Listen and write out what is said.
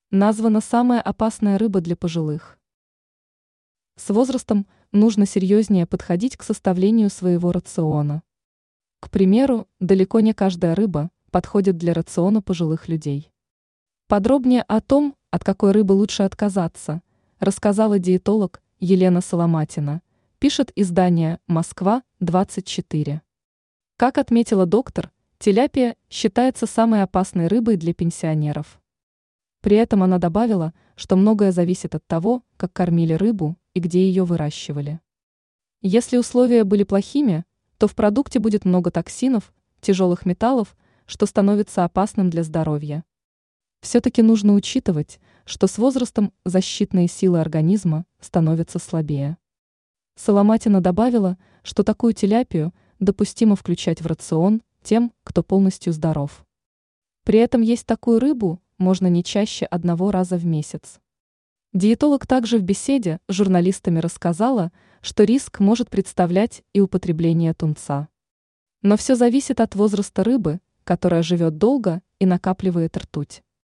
Названа самая опасная рыба для пожилых. С возрастом нужно серьезнее подходить к составлению своего рациона. К примеру, далеко не каждая рыба подходит для рациона пожилых людей. Подробнее о том, от какой рыбы лучше отказаться, рассказала диетолог Елена Соломатина, пишет издание «Москва-24». Как отметила доктор, тиляпия считается самой опасной рыбой для пенсионеров. При этом она добавила, что многое зависит от того, как кормили рыбу и где ее выращивали. Если условия были плохими, то в продукте будет много токсинов, тяжелых металлов, что становится опасным для здоровья. Все-таки нужно учитывать, что с возрастом защитные силы организма становятся слабее. Соломатина добавила, что такую тиляпию допустимо включать в рацион тем, кто полностью здоров. При этом есть такую рыбу можно не чаще 1 раза в месяц. Диетолог также в беседе с журналистами рассказала, что риск может представлять и употребление тунца. Но все зависит от возраста рыбы, которая живет долго и накапливает ртуть.